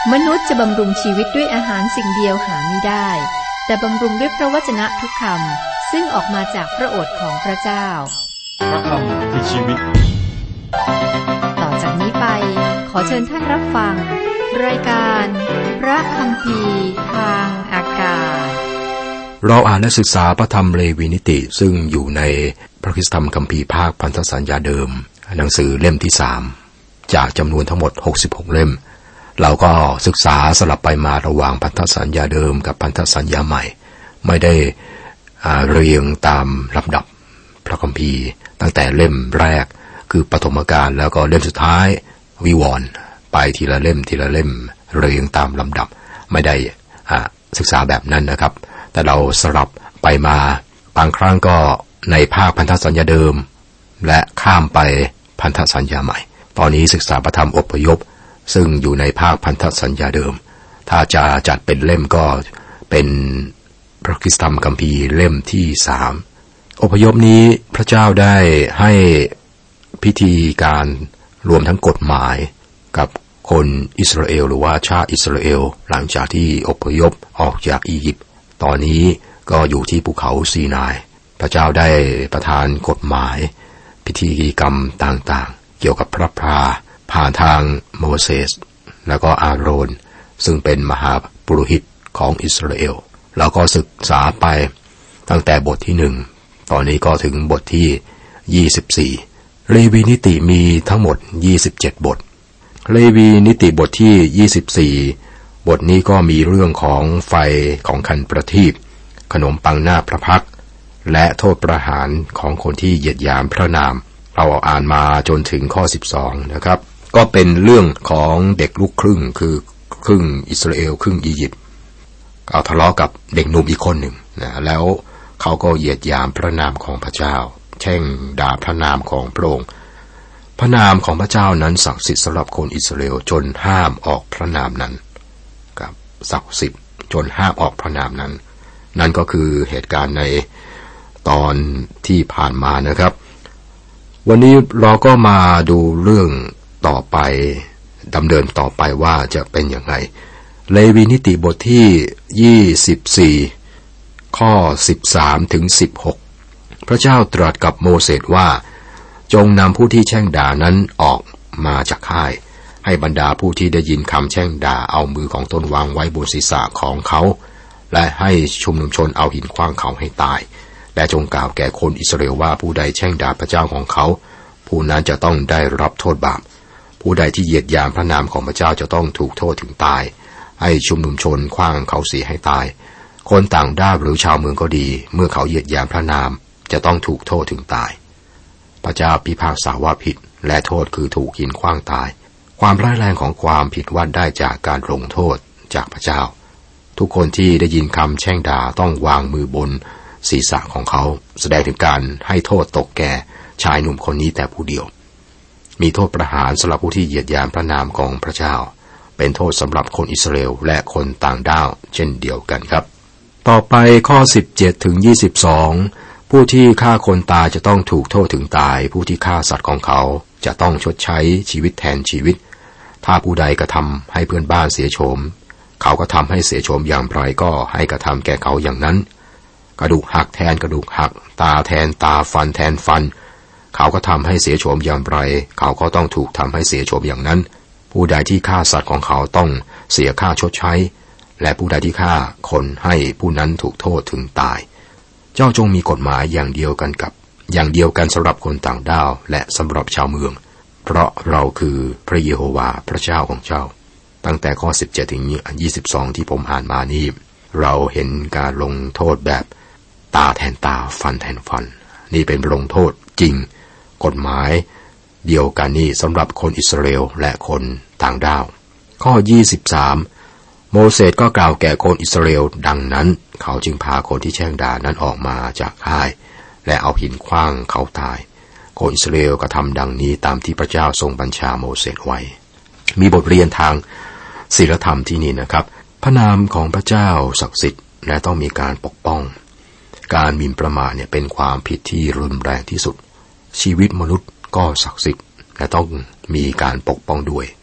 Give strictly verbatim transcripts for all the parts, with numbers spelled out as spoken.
มนุษย์จะบำรุงชีวิตด้วยอาหารสิ่งเดียวหาไม่ได้แต่บำรุงด้วยพระวจนะทุกคำซึ่งออกมาจากพระโอษฐ์ของพระเจ้าพระคำคือชีวิตต่อจากนี้ไปขอเชิญท่านรับฟังรายการพระคัมภีร์ทางอากาศเราอ่านและศึกษาพระธรรมเลวีนิติซึ่งอยู่ในพระคริสตธรรมคัมภีร์ภาคพันธสัญญาเดิมหนังสือเล่มที่สามจากจำนวนทั้งหมดหกสิบหกเล่มเราก็ศึกษาสลับไปมาระหว่างพันธสัญญาเดิมกับพันธสัญญาใหม่ไม่ได้เรียงตามลำดับพระคัมภีร์ตั้งแต่เล่มแรกคือปฐมกาลแล้วก็เล่มสุดท้ายวิวรณ์ไปทีละเล่มทีละเล่มเรียงตามลำดับไม่ได้ศึกษาแบบนั้นนะครับแต่เราสลับไปมาบางครั้งก็ในภาคพันธสัญญาเดิมและข้ามไปพันธสัญญาใหม่ตอนนี้ศึกษาพระธรรมอพยพซึ่งอยู่ในภาคพันธสัญญาเดิมถ้าจะจัดเป็นเล่มก็เป็นพระคริสตธรรมคัมภีร์เล่มที่สามอพยพนี้พระเจ้าได้ให้พิธีการรวมทั้งกฎหมายกับคนอิสราเอลหรือว่าชาติอิสราเอลหลังจากที่อพยพออกจากอียิปต์ตอนนี้ก็อยู่ที่ภูเขาซีนายพระเจ้าได้ประทานกฎหมายพิธีกรรมต่างๆเกี่ยวกับพระพราผ่านทางโมเสสแล้วก็อาโรนซึ่งเป็นมหาปุโรหิตของอิสราเอลแล้วก็ศึกษาไปตั้งแต่บทที่หนึ่งตอนนี้ก็ถึงบทที่ยี่สิบสี่เลวีนิติมีทั้งหมดยี่สิบเจ็ดบทเลวีนิติบทที่ยี่สิบสี่บทนี้ก็มีเรื่องของไฟของคันประทีปขนมปังหน้าพระพักตร์และโทษประหารของคนที่เหยียดหยามพระนามเราอ่านมาจนถึงข้อสิบสองนะครับก็เป็นเรื่องของเด็กลูกครึ่งคือครึ่งอิสราเอลครึ่งอียิปต์เอาทะเลาะกับเด็กหนุ่มอีกคนหนึ่งนะแล้วเขาก็เหยียดหยามพระนามของพระเจ้าแช่งด่าพระนามของพระองค์พระนามของพระเจ้านั้นศักดิ์สิทธิ์สำหรับคนอิสราเอลจนห้ามออกพระนามนั้นครับศักดิ์สิทธิ์จนห้ามออกพระนามนั้นนั่นก็คือเหตุการณ์ในตอนที่ผ่านมานะครับวันนี้เราก็มาดูเรื่องต่อไปดำเนินต่อไปว่าจะเป็นอย่างไรเลวีนิติบทที่ยี่สิบสี่ข้อสิบสามถึงสิบหกพระเจ้าตรัสกับโมเสสว่าจงนำผู้ที่แช่งด่านั้นออกมาจากค่ายให้บรรดาผู้ที่ได้ยินคำแช่งด่าเอามือของตนวางไว้บนศีรษะของเขาและให้ชุมนุมชนเอาหินขว้างเขาให้ตายและจงกล่าวแก่คนอิสราเอลว่าผู้ใดแช่งด่าพระเจ้าของเขาผู้นั้นจะต้องได้รับโทษบาปผู้ใดที่เหยียดหยามพระนามของพระเจ้าจะต้องถูกโทษถึงตายให้ชุมนุมชนขว้างเขาเสียให้ตายคนต่างด้าวหรือชาวเมืองก็ดีเมื่อเขาเหยียดหยามพระนามจะต้องถูกโทษถึงตายพระเจ้าพิพากษาว่าผิดและโทษคือถูกหินขว้างตายความร้ายแรงของความผิดวัดได้จากการลงโทษจากพระเจ้าทุกคนที่ได้ยินคำแช่งด่าต้องวางมือบนศีรษะของเขาแสดงถึงการให้โทษตกแก่ชายหนุ่มคนนี้แต่ผู้เดียวมีโทษประหารสำหรับผู้ที่เหยียดหยามพระนามของพระเจ้าเป็นโทษสำหรับคนอิสราเอลและคนต่างด้าวเช่นเดียวกันครับต่อไปข้อสิบเจ็ดถึงยี่สิบสองผู้ที่ฆ่าคนตายจะต้องถูกโทษถึงตายผู้ที่ฆ่าสัตว์ของเขาจะต้องชดใช้ชีวิตแทนชีวิตถ้าผู้ใดกระทำให้เพื่อนบ้านเสียโฉมเขาก็ทำให้เสียโฉมอย่างไรก็ให้กระทำแก่เขาอย่างนั้นกระดูกหักแทนกระดูกหักตาแทนตาฟันแทนฟันเขาก็ทำให้เสียโฉมอย่างไรเขาก็ต้องถูกทำให้เสียโฉมอย่างนั้นผู้ใดที่ฆ่าสัตว์ของเขาต้องเสียค่าชดใช้และผู้ใดที่ฆ่าคนให้ผู้นั้นถูกโทษถึงตายเจ้าจงมีกฎหมายอย่างเดียวกันกับอย่างเดียวกันสำหรับคนต่างด้าวและสำหรับชาวเมืองเพราะเราคือพระเยโฮวาห์พระเจ้าของเจ้าตั้งแต่ข้อสิบเจ็ดถึงยี่สิบสองที่ผมอ่านมานี้เราเห็นการลงโทษแบบตาแทนตาฟันแทนฟันนี่เป็นลงโทษจริงกฎหมายเดียวกันนี่สำหรับคนอิสราเอลและคนต่างด้าวข้อยี่สิบสามโมเสสก็กล่าวแก่คนอิสราเอลดังนั้นเขาจึงพาคนที่แช่งด่านั้นออกมาจากค่ายและเอาหินขว้างเขาตายคนอิสราเอลก็ทำดังนี้ตามที่พระเจ้าทรงบัญชาโมเสสไว้มีบทเรียนทางศีลธรรมที่นี่นะครับพระนามของพระเจ้าศักดิ์สิทธิ์และต้องมีการปกป้องการหมิ่นประมาทเนี่ยเป็นความผิดที่รุนแรงที่สุดชีวิตมนุษย์ก็ศักดิ์สิทธิ์และต้องมีการปกป้องด้วย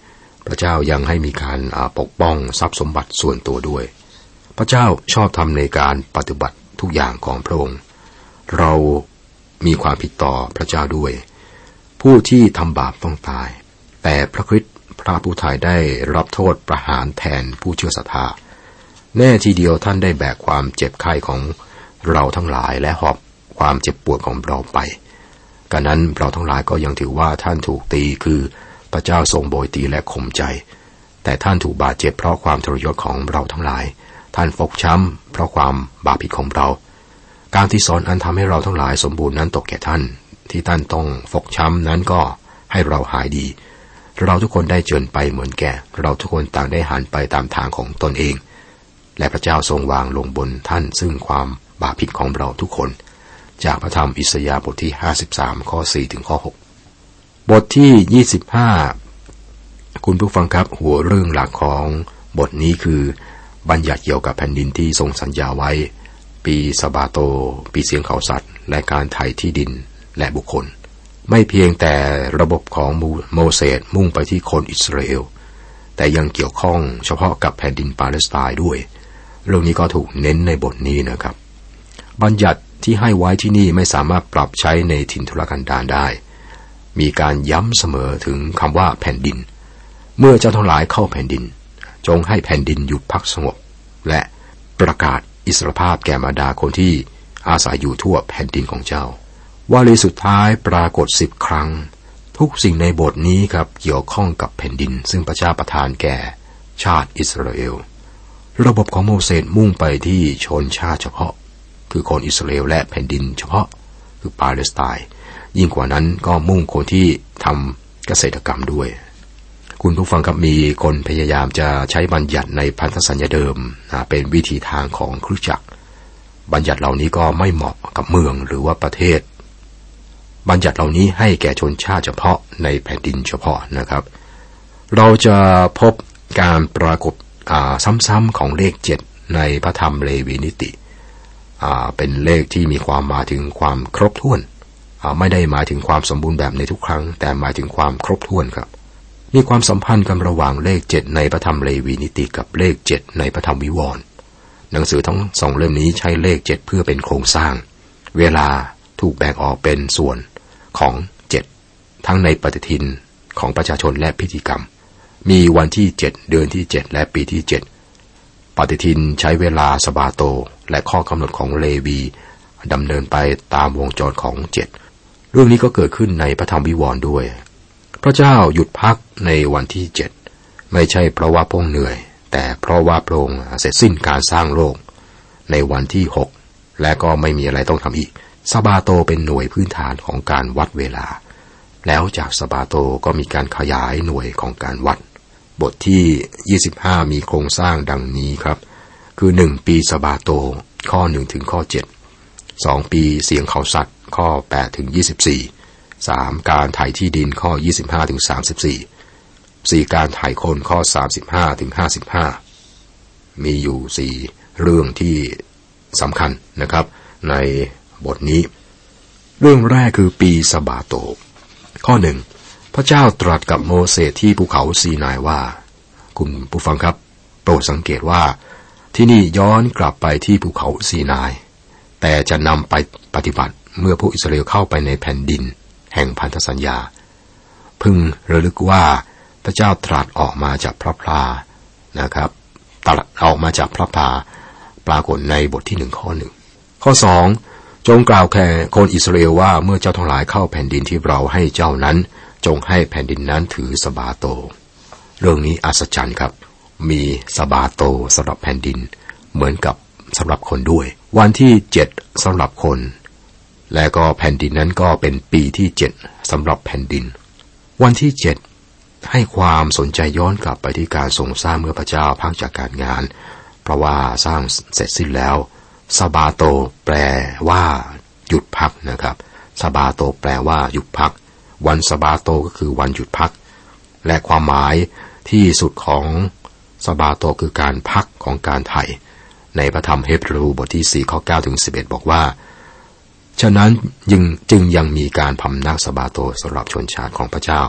พระเจ้ายังให้มีการปกป้องทรัพย์สมบัติส่วนตัวด้วยพระเจ้าชอบธรรมในการปฏิบัติทุกอย่างของพระองค์เรามีความผิดต่อพระเจ้าด้วยผู้ที่ทำบาปต้องตายแต่พระคริสต์พระผู้ไถ่ได้รับโทษประหารแทนผู้เชื่อศรัทธาแน่ทีเดียวท่านได้แบกความเจ็บไข้ของเราทั้งหลายและหอบความเจ็บปวดของเราไปกันนั้นเราทั้งหลายก็ยังถือว่าท่านถูกตีคือพระเจ้าทรงโบยตีและข่มใจแต่ท่านถูกบาดเจ็บเพราะความทรยศของเราทั้งหลายท่านฟกช้ำเพราะความบาปผิดของเราการที่สอนอันทำให้เราทั้งหลายสมบูรณ์นั้นตกแก่ท่านที่ท่านต้องฟกช้ำนั้นก็ให้เราหายดีเราทุกคนได้เจิญไปเหมือนแก่เราทุกคนต่างได้หันไปตามทางของตนเองและพระเจ้าทรงวางลงบนท่านซึ่งความบาปผิดของเราทุกคนจากพระธรรมอิสยาห์บทที่ห้าสิบสามข้อสี่ถึงข้อหกบทที่ยี่สิบห้าคุณผู้ฟังครับหัวเรื่องหลักของบทนี้คือบัญญัติเกี่ยวกับแผ่นดินที่ทรงสัญญาไว้ปีสะบาโตปีเสียงเขาสัตว์และการไถ่ที่ดินและบุคคลไม่เพียงแต่ระบบของโมเสสมุ่งไปที่คนอิสราเอลแต่ยังเกี่ยวข้องเฉพาะกับแผ่นดินปาเลสไตน์ด้วยเรื่องนี้ก็ถูกเน้นในบทนี้นะครับบัญญัติที่ให้ไว้ที่นี่ไม่สามารถปรับใช้ในถิ่นทุรกันดารได้มีการย้ำเสมอถึงคำว่าแผ่นดินเมื่อเจ้าทั้งหลายเข้าแผ่นดินจงให้แผ่นดินหยุดพักสงบและประกาศอิสรภาพแก่บรรดาคนที่อาศัยอยู่ทั่วแผ่นดินของเจ้าวลีสุดท้ายปรากฏสิบครั้งทุกสิ่งในบทนี้ครับเกี่ยวข้องกับแผ่นดินซึ่งพระเจ้าประทานแก่ชาติอิสราเอลระบบของโมเสสมุ่งไปที่ชนชาติเฉพาะคือคนอิสราเอลและแผ่นดินเฉพาะคือปาเลสไตน์ยิ่งกว่านั้นก็มุ่งคนที่ทำเกษตรกรรมด้วยคุณผู้ฟังครับมีคนพยายามจะใช้บัญญัติในพันธสัญญาเดิมเป็นวิธีทางของคริสตจักรบัญญัติเหล่านี้ก็ไม่เหมาะกับเมืองหรือว่าประเทศบัญญัติเหล่านี้ให้แก่ชนชาติเฉพาะในแผ่นดินเฉพาะนะครับเราจะพบการปรากฏซ้ำๆของเลขเจ็ดในพระธรรมเลวีนิติเป็นเลขที่มีความหมายถึงความครบถ้วนไม่ได้หมายถึงความสมบูรณ์แบบในทุกครั้งแต่หมายถึงความครบถ้วนครับมีความสัมพันธ์กันระหว่างเลขเจ็ดในพระธรรมเลวีนิติกับเลขเจ็ดในพระธรรมวิวรณ์หนังสือทั้งสองเล่มนี้ใช้เลขเจ็ดเพื่อเป็นโครงสร้างเวลาถูกแบ่งออกเป็นส่วนของเจ็ดทั้งในปฏิทินของประชาชนและพิธีกรรมมีวันที่เจ็ดเดือนที่เจ็ดและปีที่เจ็ดปฏิทินใช้เวลาสะบาโตและข้อกำหนดของเลวีดำเนินไปตามวงจรของเจ็ดเรื่องนี้ก็เกิดขึ้นในพระธรรมวิวรณ์ด้วยพระเจ้าหยุดพักในวันที่เจ็ดไม่ใช่เพราะว่าพระองค์เหนื่อยแต่เพราะว่าพระองค์เสร็จสิ้นการสร้างโลกในวันที่หกและก็ไม่มีอะไรต้องทำอีกสะบาโตเป็นหน่วยพื้นฐานของการวัดเวลาแล้วจากสะบาโตก็มีการขยายหน่วยของการวัดบทที่ยี่สิบห้ามีโครงสร้างดังนี้ครับคือหนึ่งปีสะบาโตข้อหนึ่งถึงข้อเจ็ดสองปีเสียงเขาสัตว์ข้อแปดถึงยี่สิบสี่สามการไถ่ที่ดินข้อยี่สิบห้าถึงสามสิบสี่สี่การไถ่คนข้อสามสิบห้าถึงห้าสิบห้ามีอยู่สี่เรื่องที่สำคัญนะครับในบทนี้เรื่องแรกคือปีสะบาโตข้อหนึ่งพระเจ้าตรัสกับโมเสสที่ภูเขาซีนายว่าคุณผู้ฟังครับโปรดสังเกตว่าที่นี่ย้อนกลับไปที่ภูเขาซีนายแต่จะนำไปปฏิบัติเมื่อผู้อิสราเอลเข้าไปในแผ่นดินแห่งพันธสัญญาพึงระลึกว่าพระเจ้าตรัสออกมาจากพระพลานะครับตรัสออกมาจากพระพลาปรากฏในบทที่หนึ่งข้อหนึ่งข้อสองจงกล่าวแก่คนอิสราเอลว่าเมื่อเจ้าทั้งหลายเข้าแผ่นดินที่เราให้เจ้านั้นจงให้แผ่นดินนั้นถือสะบาโตเรื่องนี้อัศจรรย์ครับมีสะบาโตสำหรับแผ่นดินเหมือนกับสำหรับคนด้วยวันที่เจ็ดสำหรับคนและก็แผ่นดินนั้นก็เป็นปีที่เจ็ดสำหรับแผ่นดินวันที่เจ็ดให้ความสนใจย้อนกลับไปที่การทรงสร้างเมื่อพระเจ้าพักจากการงานเพราะว่าสร้างเสร็จสิ้นแล้วสะบาโตแปลว่าหยุดพักนะครับสะบาโตแปลว่าหยุดพักวันสะบาโตก็คือวันหยุดพักและความหมายที่สุดของสะบาโตคือการพักของการไถ่ในพระธรรมเฮบรูบทที่สี่ข้อเก้าถึงสิบเอ็ดบอกว่าฉะนั้นจึงจึงยังมีการพำนักสะบาโตสำหรับชนชาติของพระเจ้า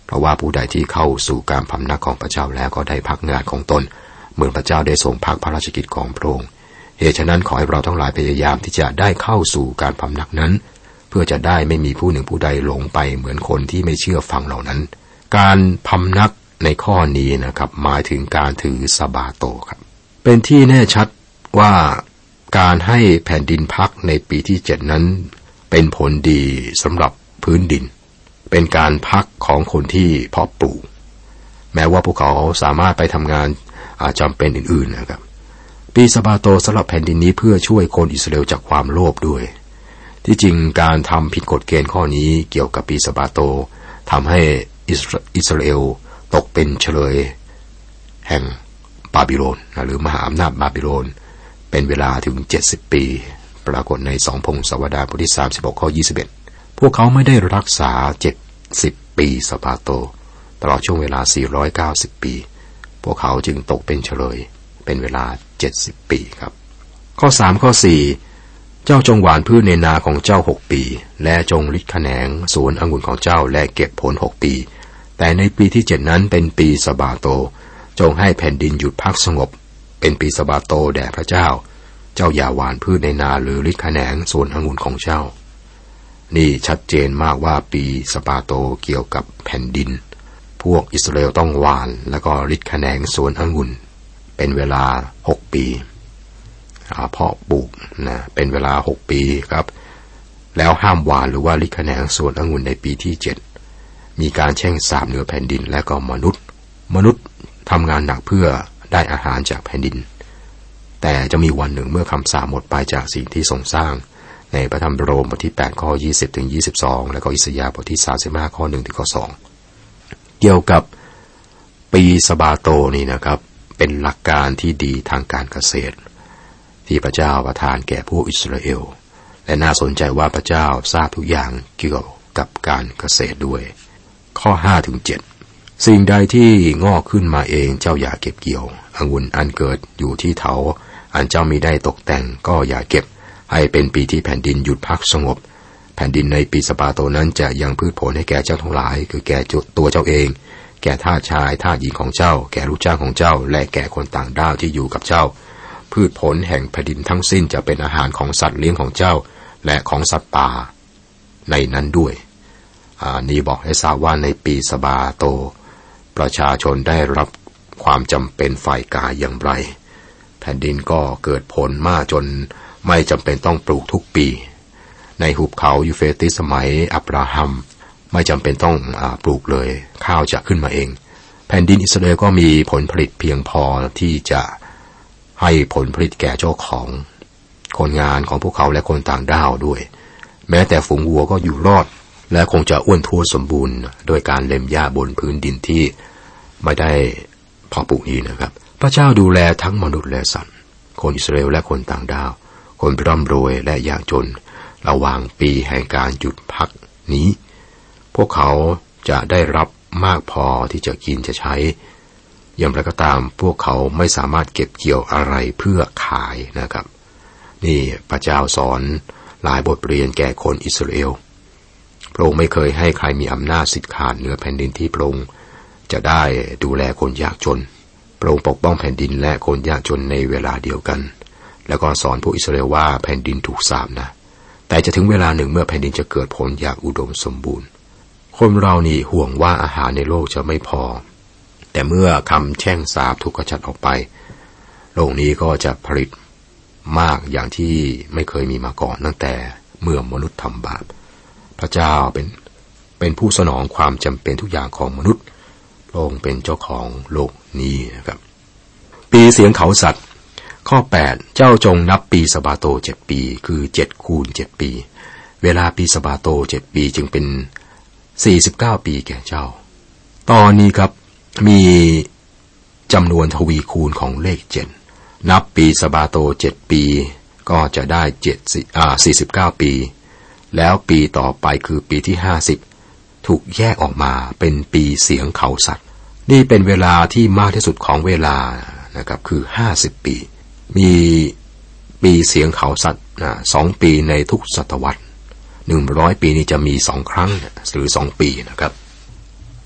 เพราะว่าผู้ใดที่เข้าสู่การพำนักของพระเจ้าแล้วก็ได้พักงานของตนเหมือนพระเจ้าได้ทรงพักพระราชกิจของพระองค์เหตุฉะนั้นขอให้เราทั้งหลายพยายามที่จะได้เข้าสู่การพำนักนั้นเพื่อจะได้ไม่มีผู้หนึ่งผู้ใดหลงไปเหมือนคนที่ไม่เชื่อฟังเหล่านั้นการพำนักในข้อนี้นะครับหมายถึงการถือสะบาโตครับเป็นที่แน่ชัดว่าการให้แผ่นดินพักในปีที่เจ็ดนั้นเป็นผลดีสำหรับพื้นดินเป็นการพักของคนที่เพาะปลูกแม้ว่าพวกเขาสามารถไปทำงานจำเป็นอื่นๆนะครับปีสะบาโตสำหรับแผ่นดินนี้เพื่อช่วยคนอิสราเอลจากความโลภด้วยที่จริงการทำผิดกฎเกณฑ์ข้อนี้เกี่ยวกับปีสะบาโตทำให้อิสราเอลตกเป็นเฉลยแห่งบาบิโลนหรือมหาอำนาจบาบิโลนเป็นเวลาถึงเจ็ดสิบปีปรากฏในสองพงศาวดารบทที่สามสิบหกข้อยี่สิบเอ็ดพวกเขาไม่ได้รักษาเจ็ดสิบปีสะบาโตตลอดช่วงเวลาสี่ร้อยเก้าสิบปีพวกเขาจึงตกเป็นเฉลยเป็นเวลาเจ็ดสิบปีครับข้อสามข้อสี่เจ้าจงหว่านพืชในนาของเจ้าหกปีและจงริดแขนงสวนองุ่นของเจ้าและเก็บผลหกปีแต่ในปีที่เจ็ดนั้นเป็นปีสะบาโตจงให้แผ่นดินหยุดพักสงบเป็นปีสะบาโตแด่พระเจ้าเจ้าอย่าหว่านพืชในนาหรือริดแขนงสวนองุ่นของเจ้านี่ชัดเจนมากว่าปีสะบาโตเกี่ยวกับแผ่นดินพวกอิสราเอลต้องหว่านแล้วก็ริดแขนงสวนองุ่นเป็นเวลาหกปีเพาะปลูกนะเป็นเวลาหกปีครับแล้วห้ามหว่านหรือว่าริดแขนงสวนองุ่นในปีที่เจ็ดมีการแช่งสาปเหนือแผ่นดินและก็มนุษย์มนุษย์ทำงานหนักเพื่อได้อาหารจากแผ่นดินแต่จะมีวันหนึ่งเมื่อคำสาปหมดไปจากสิ่งที่ทรงสร้างในพระธรรมโรมบทที่แปดข้อยี่สิบถึงยี่สิบสองแล้วก็อิสยาห์บทที่สามสิบห้าข้อหนึ่งถึงข้อสองเกี่ยวกับปีสะบาโตนี่นะครับเป็นหลักการที่ดีทางการเกษตรที่พระเจ้าประทานแก่ผู้อิสราเอลและน่าสนใจว่าพระเจ้าทราบทุกอย่างเกี่ยวกับการเกษตรด้วยข้อห้าถึงเจ็ดสิ่งใดที่งอกขึ้นมาเองเจ้าอย่าเก็บเกี่ยวองุ่นอันเกิดอยู่ที่เถาอันเจ้ามิได้ตกแต่งก็อย่าเก็บให้เป็นปีที่แผ่นดินหยุดพักสงบแผ่นดินในปีสะบาโตนั้นจะยังพืชผลให้แก่เจ้าทั้งหลายคือแก่ตัวเจ้าเองแก่ทาสชายทาสหญิงของเจ้าแก่ลูกจ้างของเจ้าและแก่คนต่างด้าวที่อยู่กับเจ้าพืชผลแห่งแผ่นดินทั้งสิ้นจะเป็นอาหารของสัตว์เลี้ยงของเจ้าและของสัตว์ป่าในนั้นด้วยอ่านี้บอกให้ทราบว่าในปีสะบาโตประชาชนได้รับความจำเป็นฝ่ายกายอย่างไรแผ่นดินก็เกิดผลมากจนไม่จำเป็นต้องปลูกทุกปีในหุบเขายูเฟรติสสมัยอับราฮัมไม่จำเป็นต้องอ่าปลูกเลยข้าวจะขึ้นมาเองแผ่นดินอิสราเอลก็มีผลผลิตเพียงพอที่จะให้ผลผลิตแก่เจ้าของคนงานของพวกเขาและคนต่างด้าวด้วยแม้แต่ฝูงวัวก็อยู่รอดและคงจะอ้วนท้วนสมบูรณ์โดยการเล็มหญ้าบนพื้นดินที่ไม่ได้เพาะปลูกนี้นะครับพระเจ้าดูแลทั้งมนุษย์และสัตว์คนอิสราเอลและคนต่างด้าวคนร่ำรวยและยากจนระหว่างปีแห่งการหยุดพักนี้พวกเขาจะได้รับมากพอที่จะกินจะใช้อย่างไรก็ตามพวกเขาไม่สามารถเก็บเกี่ยวอะไรเพื่อขายนะครับนี่พระเจ้าสอนหลายบทเรียนแก่คนอิสราเอลพระองค์ไม่เคยให้ใครมีอำนาจสิทธิ์ขาดเหนือแผ่นดินที่พระองค์จะได้ดูแลคนยากจนพระองค์ปกป้องแผ่นดินและคนยากจนในเวลาเดียวกันแล้วก็สอนผู้อิสราเอลว่าแผ่นดินถูกสาปนะแต่จะถึงเวลาหนึ่งเมื่อแผ่นดินจะเกิดผลอย่างอุดมสมบูรณ์คนเรานี่ห่วงว่าอาหารในโลกจะไม่พอแต่เมื่อคำแช่งสาปถูกกระจัดออกไปโลกนี้ก็จะผลิตมากอย่างที่ไม่เคยมีมาก่อนตั้งแต่เมื่อมนุษย์ทำบาปพระเจ้าเป็นเป็นผู้สนองความจำเป็นทุกอย่างของมนุษย์พระองค์เป็นเจ้าของโลกนี้นะครับปีเสียงเขาสัตว์ข้อแปดเจ้าจงนับปีสะบาโตเจ็ดปีคือเจ็ดคูณเจ็ดปีเวลาปีสะบาโตเจ็ดปีจึงเป็นสี่สิบเก้าปีแก่เจ้าตอนนี้ครับมีจำนวนทวีคูณของเลขเจ็ดนับปีสะบาโตเจ็ดปีก็จะได้เจ็ดอ่าสี่สิบเก้าปีแล้วปีต่อไปคือปีที่ห้าสิบถูกแยกออกมาเป็นปีเสียงเขาสัตว์นี่เป็นเวลาที่มากที่สุดของเวลานะครับคือห้าสิบปีมีปีเสียงเขาสัตว์นะสองปีในทุกศตวรรษหนึ่งร้อยปีนี้จะมีสองครั้งหรือสองปีนะครับ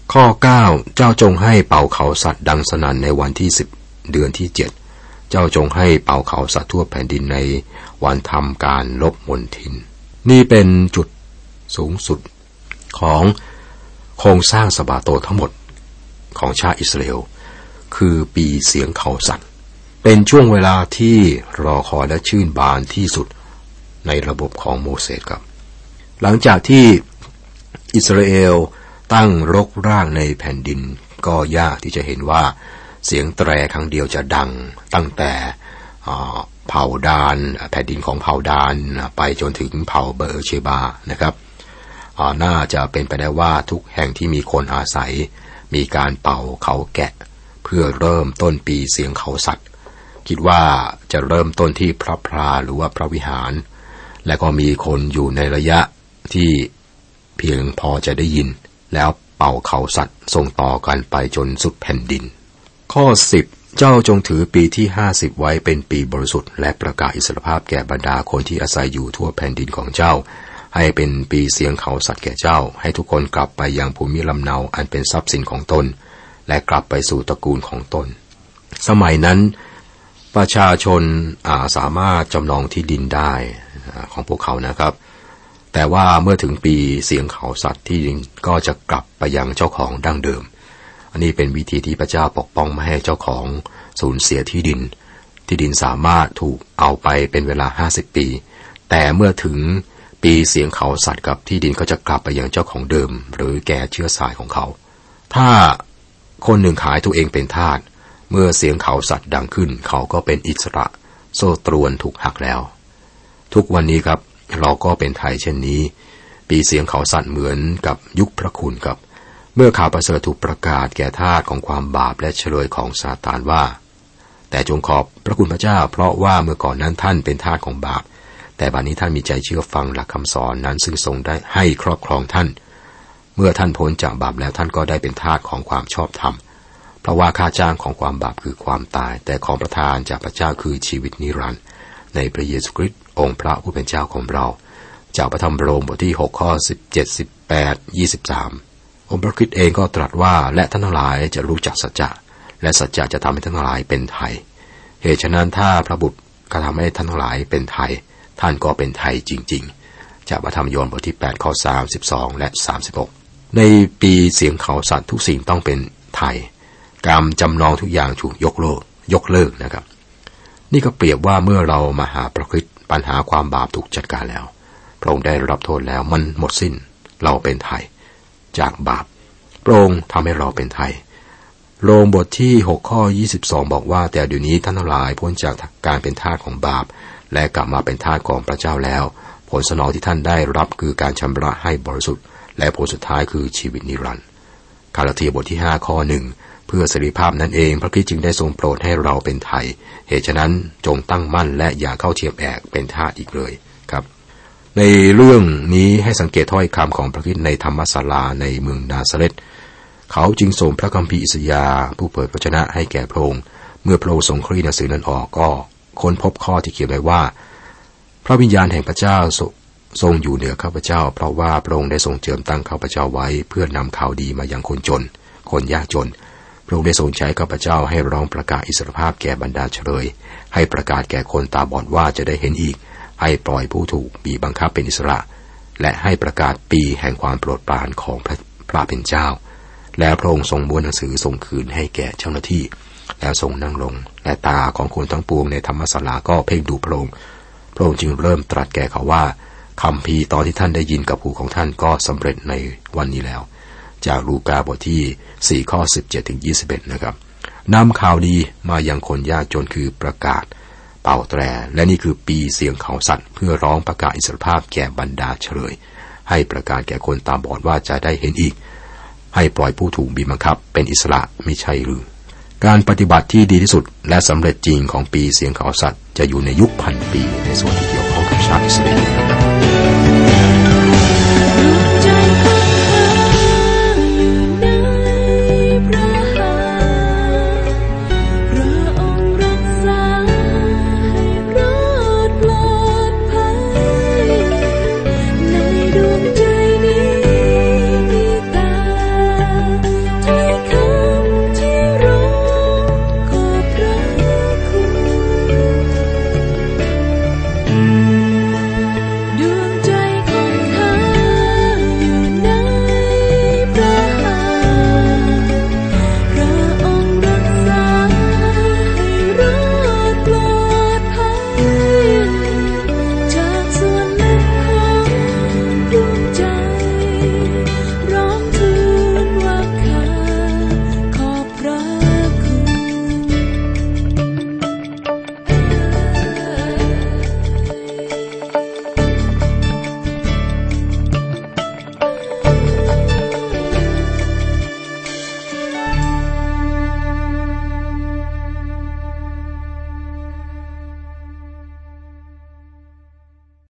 ข้อเก้าเจ้าจงให้เป่าเขาสัตว์ดังสนั่นในวันที่สิบเดือนที่เจ็ดเจ้าจงให้เป่าเขาสัตว์ทั่วแผ่นดินในวันทำการลบมลทินนี่เป็นจุดสูงสุดของโครงสร้างสะบาโตทั้งหมดของชาติอิสราเอลคือปีเสียงเขาสัตว์เป็นช่วงเวลาที่รอคอยและชื่นบานที่สุดในระบบของโมเสสครับหลังจากที่อิสราเอลตั้งรกรากในแผ่นดินก็ยากที่จะเห็นว่าเสียงแตรครั้งเดียวจะดังตั้งแต่เผ่าดานแผ่นดินของเผ่าดานไปจนถึงเผ่าเบอร์เชบานะครับน่าจะเป็นไปได้ว่าทุกแห่งที่มีคนอาศัยมีการเป่าเขาแกะเพื่อเริ่มต้นปีเสียงเขาสัตว์คิดว่าจะเริ่มต้นที่พระพลาหรือว่าพระวิหารและก็มีคนอยู่ในระยะที่เพียงพอจะได้ยินแล้วเป่าเขาสัตว์ส่งต่อกันไปจนสุดแผ่นดินข้อสิบเจ้าจงถือปีที่ห้าสิบไว้เป็นปีบริสุทธิ์และประกาศอิสรภาพแก่บรรดาคนที่อาศัยอยู่ทั่วแผ่นดินของเจ้าให้เป็นปีเสียงเขาสัตว์แก่เจ้าให้ทุกคนกลับไปยังภูมิลำเนาอันเป็นทรัพย์สินของตนและกลับไปสู่ตระกูลของตนสมัยนั้นประชาชนสามารถจำนองที่ดินได้ของพวกเขานะครับแต่ว่าเมื่อถึงปีเสียงเขาสัตว์ที่ดินก็จะกลับไปยังเจ้าของดั้งเดิมอันนี้เป็นวิธีที่พระเจ้าปกป้องไม่ให้เจ้าของสูญเสียที่ดินที่ดินสามารถถูกเอาไปเป็นเวลาห้าสิบปีแต่เมื่อถึงปีเสียงเขาสัตว์กับที่ดินก็จะกลับไปยังเจ้าของเดิมหรือแก่เชื้อสายของเขาถ้าคนหนึ่งขายตัวเองเป็นทาสเมื่อเสียงเขาสัตว์ดังขึ้นเขาก็เป็นอิสระโซ่ตรวนถูกหักแล้วทุกวันนี้ครับเราก็เป็นไทยเช่นนี้ปีเสียงเขาสัตว์เหมือนกับยุคพระคุณครับเมื่อข่าวประเสริฐถูกประกาศแก่ทาสของความบาปและเฉลยของซาตานว่าแต่จงขอบพระคุณพระเจ้าเพราะว่าเมื่อก่อนนั้นท่านเป็นทาสของบาปแต่บัดนี้ท่านมีใจเชื่อฟังหลักคำสอนนั้นซึ่งทรงได้ให้ครอบครองท่านเมื่อท่านพ้นจากบาปแล้วท่านก็ได้เป็นทาสของความชอบธรรมเพราะว่าค่าจ้างของความบาปคือความตายแต่ของประทานจากพระเจ้าคือชีวิตนิรันดร์ในพระเยซูคริสต์องค์พระผู้เป็นเจ้าของเราจากพระธรรมโรมบทที่หกข้อสิบเจ็ด สิบแปด ยี่สิบสามองค์พระคริสต์เองก็ตรัสว่าและท่านทั้งหลายจะรู้จักสัจจะและสัจจะจะทำให้ท่านทั้งหลายเป็นไทยเหตุฉะนั้นถ้าพระบุตรกระทำให้ท่านทั้งหลายเป็นไทยท่านก็เป็นไทยจริงๆจากพระธรรมโยนบทที่แปดข้อสามสิบสองและสามสิบหกในปีเสียงเขาสัตว์ทุกสิ่งต้องเป็นไทยการจำนองทุกอย่างถูกยกเลิกยกเลิกนะครับนี่ก็เปรียบว่าเมื่อเรามาหาพระคริสต์ปัญหาความบาปถูกจัดการแล้วพระองค์ได้รับโทษแล้วมันหมดสิ้นเราเป็นไทยจากบาปพระองค์ทำให้เราเป็นไทยโรมบทที่หกข้อยี่สิบสองบอกว่าแต่เดี๋ยวนี้ท่านทั้งหลายพ้นจากการเป็นทาสของบาปและกลับมาเป็นทาสของพระเจ้าแล้วผลสนองที่ท่านได้รับคือการชำระให้บริสุทธิ์และผลสุดท้ายคือชีวิตนิรันดร์กาลาเทียบทที่ห้าข้อหนึ่งเพื่อเสรีภาพนั้นเองพระคริสต์จึงได้ทรงโปรดให้เราเป็นไทยเหตุฉะนั้นจงตั้งมั่นและอย่าเข้าเทียมแอกเป็นทาสอีกเลยครับในเรื่องนี้ให้สังเกตถ้อยคำของพระคริสต์ในธรรมศาลาในเมืองนาซาเรตเขาจึงส่งพระคัมภีร์อิสยาห์ผู้เผยพระวจนะให้แก่พระองค์เมื่อพระองค์ทรงคลี่หนังสือนั้นออกก็ค้นพบข้อที่เขียนไว้ว่าพระวิญญาณแห่งพระเจ้าทรงอยู่เหนือข้าพเจ้าเพราะว่าพระองค์ได้ทรงเจิมตั้งข้าพเจ้าไว้เพื่อนำข่าวดีมายังคนจนคนยากจนพระองค์ได้ทรงใช้ข้าพเจ้าให้ร้องประกาศอิสรภาพแก่บรรดาเฉลยให้ประกาศแก่คนตาบอดว่าจะได้เห็นอีกให้ปล่อยผู้ถูกบีบบังคับเป็นอิสระและให้ประกาศปีแห่งความโปรดปรานของพระพระเป็นเจ้าแล้วพระองค์ทรงม้วนหนังสือส่งคืนให้แก่เจ้าหน้าที่แล้วทรงนั่งลงและตาของคนทั้งปวงในธรรมศาลาก็เพ่งดูพระองค์พระองค์จึงเริ่มตรัสแก่เขาว่าคัมภีร์ตอนที่ท่านได้ยินกับหูของท่านก็สำเร็จในวันนี้แล้วจากลูกาบทที่สี่ข้อสิบเจ็ดถึงยี่สิบเอ็ดนะครับนำข่าวดีมายังคนยากจนคือประกาศเป่าแตรและนี่คือปีเสียงเขาสัตว์เพื่อร้องประกาศอิสรภาพแก่บรรดาเฉลยให้ประกาศแก่คนตาบอดว่าจะได้เห็นอีกให้ปล่อยผู้ถูกบีบบังคับเป็นอิสระไม่ใช่หรือการปฏิบัติที่ดีที่สุดและสำเร็จจริงของปีเสียงเขาสัตว์จะอยู่ในยุคพันปีในส่วนที่เกี่ยวข้องกับชาติอิสราเอล